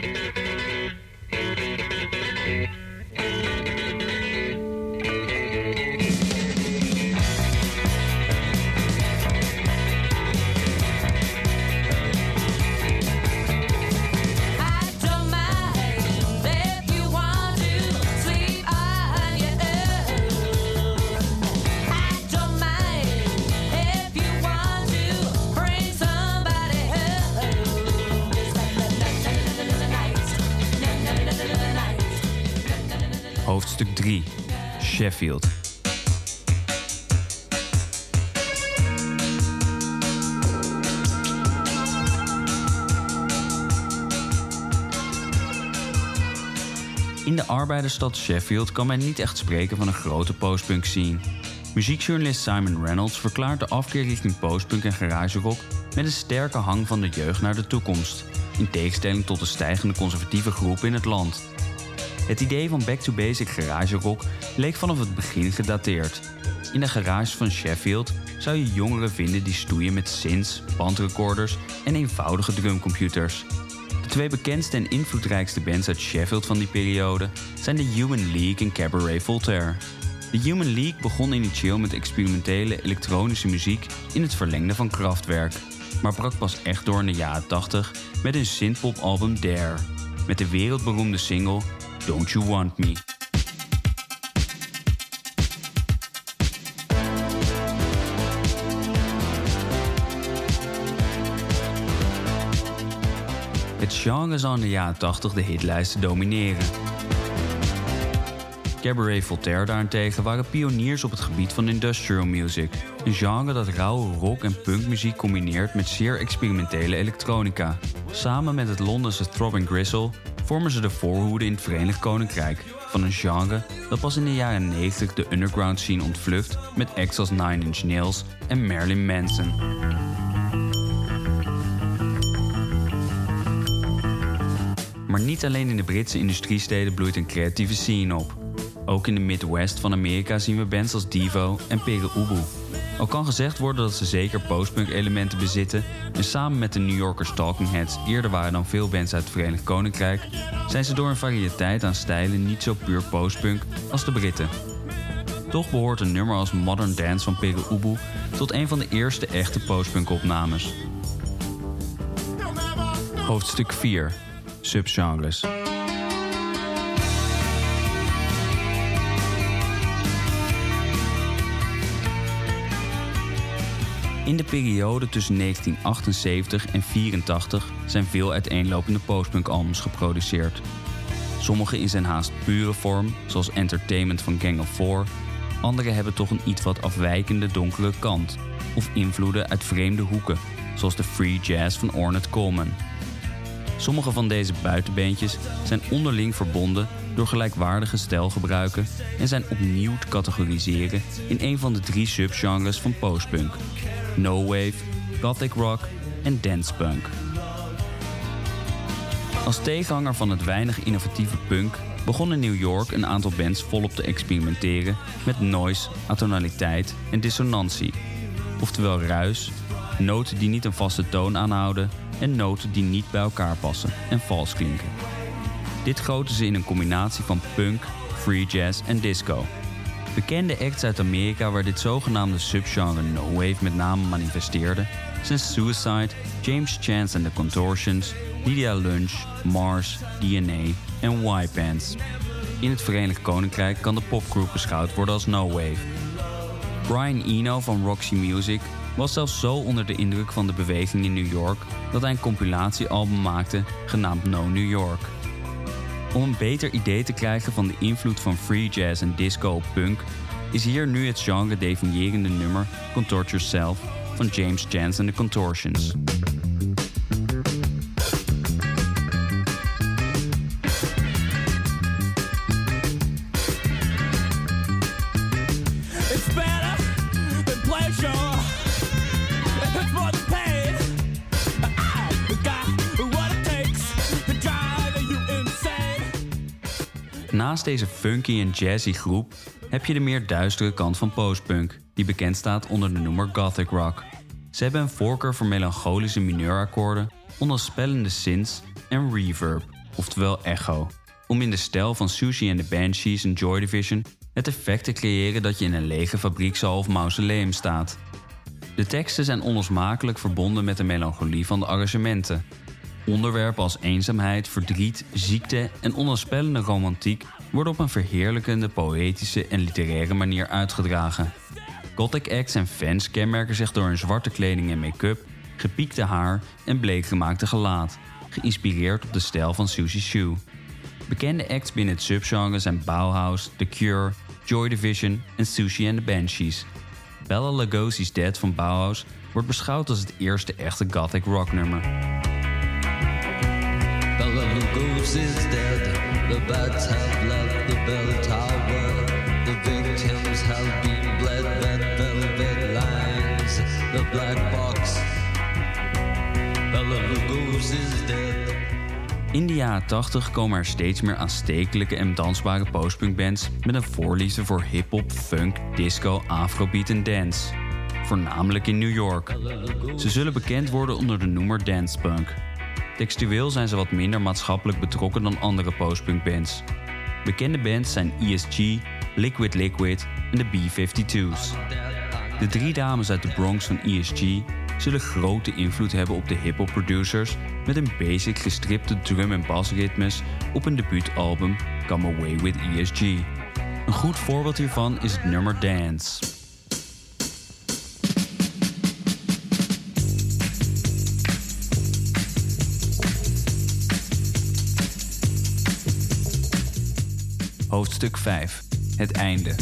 Hoofdstuk drie. Sheffield. In de arbeidersstad Sheffield kan men niet echt spreken van een grote postpunk scene. Muziekjournalist Simon Reynolds verklaart de afkeer richting postpunk en garagerock met een sterke hang van de jeugd naar de toekomst, in tegenstelling tot de stijgende conservatieve groepen in het land. Het idee van back-to-basic garagerock leek vanaf het begin gedateerd. In de garages van Sheffield zou je jongeren vinden die stoeien met synths, bandrecorders en eenvoudige drumcomputers. De twee bekendste en invloedrijkste bands uit Sheffield van die periode zijn de Human League en Cabaret Voltaire. De Human League begon initieel met experimentele elektronische muziek in het verlengde van Kraftwerk, maar brak pas echt door in de jaren tachtig met hun synthpop-album Dare, met de wereldberoemde single Don't You Want Me. Het genre zal in de jaren tachtig de hitlijsten domineren. Cabaret Voltaire daarentegen waren pioniers op het gebied van industrial music, een genre dat rauwe rock- en punkmuziek combineert met zeer experimentele elektronica. Samen met het Londense Throbbing Gristle vormen ze de voorhoede in het Verenigd Koninkrijk van een genre dat pas in de jaren negentig de underground scene ontvlucht met acts als Nine Inch Nails en Marilyn Manson. Maar niet alleen in de Britse industriesteden bloeit een creatieve scene op. Ook in de Midwest van Amerika zien we bands als Devo en Pere Ubu. Al kan gezegd worden dat ze zeker postpunk-elementen bezitten en samen met de New Yorkers Talking Heads eerder waren dan veel bands uit het Verenigd Koninkrijk, zijn ze door een variëteit aan stijlen niet zo puur postpunk als de Britten. Toch behoort een nummer als Modern Dance van Pere Ubu tot een van de eerste echte postpunk-opnames. Hoofdstuk vier. Subgenres. In de periode tussen negentien achtenzeventig en vierentachtig zijn veel uiteenlopende postpunk-albums geproduceerd. Sommige in zijn haast pure vorm, zoals Entertainment van Gang of Four. Andere hebben toch een iets wat afwijkende donkere kant, of invloeden uit vreemde hoeken, zoals de free jazz van Ornette Coleman. Sommige van deze buitenbeentjes zijn onderling verbonden door gelijkwaardige stijlgebruiken en zijn opnieuw te categoriseren in een van de drie subgenres van postpunk: no wave, gothic rock en dance punk. Als tegenhanger van het weinig innovatieve punk begon in New York een aantal bands volop te experimenteren met noise, atonaliteit en dissonantie. Oftewel ruis, noten die niet een vaste toon aanhouden en noten die niet bij elkaar passen en vals klinken. Dit goten ze in een combinatie van punk, free jazz en disco. Bekende acts uit Amerika waar dit zogenaamde subgenre no wave met name manifesteerde zijn Suicide, James Chance and the Contortions, Lydia Lunch, Mars, D N A en Y-Pants. In het Verenigd Koninkrijk kan de popgroep beschouwd worden als no wave. Brian Eno van Roxy Music was zelfs zo onder de indruk van de beweging in New York dat hij een compilatiealbum maakte genaamd No New York. Om een beter idee te krijgen van de invloed van free jazz en disco op punk is hier nu het genre-definiërende nummer Contort Yourself van James Chance and the Contortions. Naast deze funky en jazzy groep heb je de meer duistere kant van postpunk, die bekend staat onder de noemer gothic rock. Ze hebben een voorkeur voor melancholische mineurakkoorden, onheilspellende synths en reverb, oftewel echo, om in de stijl van Siouxsie and the Banshees en Joy Division het effect te creëren dat je in een lege fabriekshal of mausoleum staat. De teksten zijn onlosmakelijk verbonden met de melancholie van de arrangementen. Onderwerpen als eenzaamheid, verdriet, ziekte en onheilspellende romantiek worden op een verheerlijkende, poëtische en literaire manier uitgedragen. Gothic acts en fans kenmerken zich door hun zwarte kleding en make-up, gepiekte haar en bleekgemaakte gelaat, geïnspireerd op de stijl van Siouxsie Sioux. Bekende acts binnen het subgenre zijn Bauhaus, The Cure, Joy Division en Siouxsie and the Banshees. Bela Lugosi's Dead van Bauhaus wordt beschouwd als het eerste echte gothic rock nummer. Bela Lugosi's dead, the bats have left the bell tower, the victims have been bled, red velvet lines, the black box. Bela Lugosi's dead. In de jaren tachtig komen er steeds meer aanstekelijke en dansbare postpunkbands met een voorliefde voor hip-hop, funk, disco, afrobeat en dance. Voornamelijk in New York. Ze zullen bekend worden onder de noemer dancepunk. Textueel zijn ze wat minder maatschappelijk betrokken dan andere postpunkbands. Bekende bands zijn E S G, Liquid Liquid en de B vijfentwintig's. De drie dames uit de Bronx van E S G zullen grote invloed hebben op de hip-hop producers met een basic gestripte drum- en basritmes op een debuutalbum Come Away with E S G. Een goed voorbeeld hiervan is het nummer Dance. Hoofdstuk vijf. Het einde.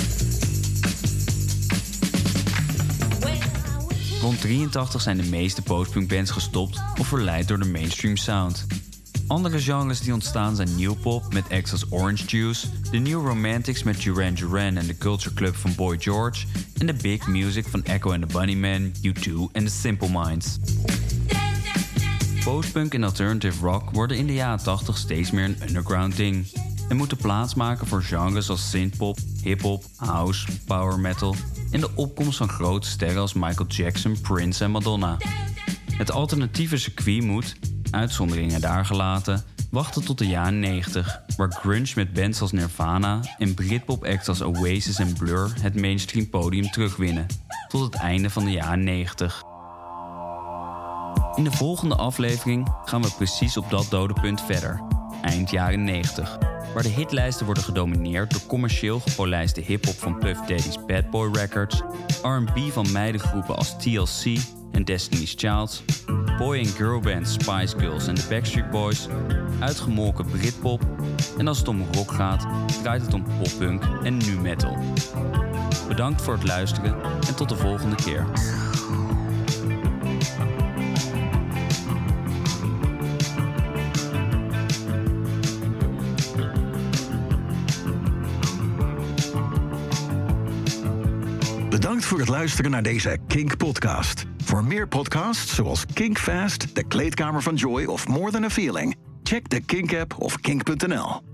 Rond drieëntachtig zijn de meeste postpunkbands gestopt of verleid door de mainstream sound. Andere genres die ontstaan zijn new pop met acts als Orange Juice, de New Romantics met Duran Duran en de Culture Club van Boy George en de big music van Echo and the Bunnymen, U twee en The Simple Minds. Postpunk en alternative rock worden in de jaren tachtig steeds meer een underground ding en moeten plaatsmaken voor genres als synthpop, hiphop, house, power metal en de opkomst van grote sterren als Michael Jackson, Prince en Madonna. Het alternatieve circuit moet, uitzonderingen daar gelaten, wachten tot de jaren negentig, waar grunge met bands als Nirvana en Britpop acts als Oasis en Blur het mainstream podium terugwinnen, tot het einde van de jaren negentig. In de volgende aflevering gaan we precies op dat dode punt verder, eind jaren negentig. Waar de hitlijsten worden gedomineerd door commercieel gepolijste hiphop van Puff Daddy's Bad Boy Records, R en B van meidengroepen als T L C en Destiny's Child, boy- en girlbands Spice Girls en de Backstreet Boys, uitgemolken Britpop en als het om rock gaat, draait het om poppunk en nu metal. Bedankt voor het luisteren en tot de volgende keer. Bedankt voor het luisteren naar deze Kink-podcast. Voor meer podcasts zoals Kink Fast, De Kleedkamer van Joy of More Than a Feeling, check de Kink-app of kink punt n l.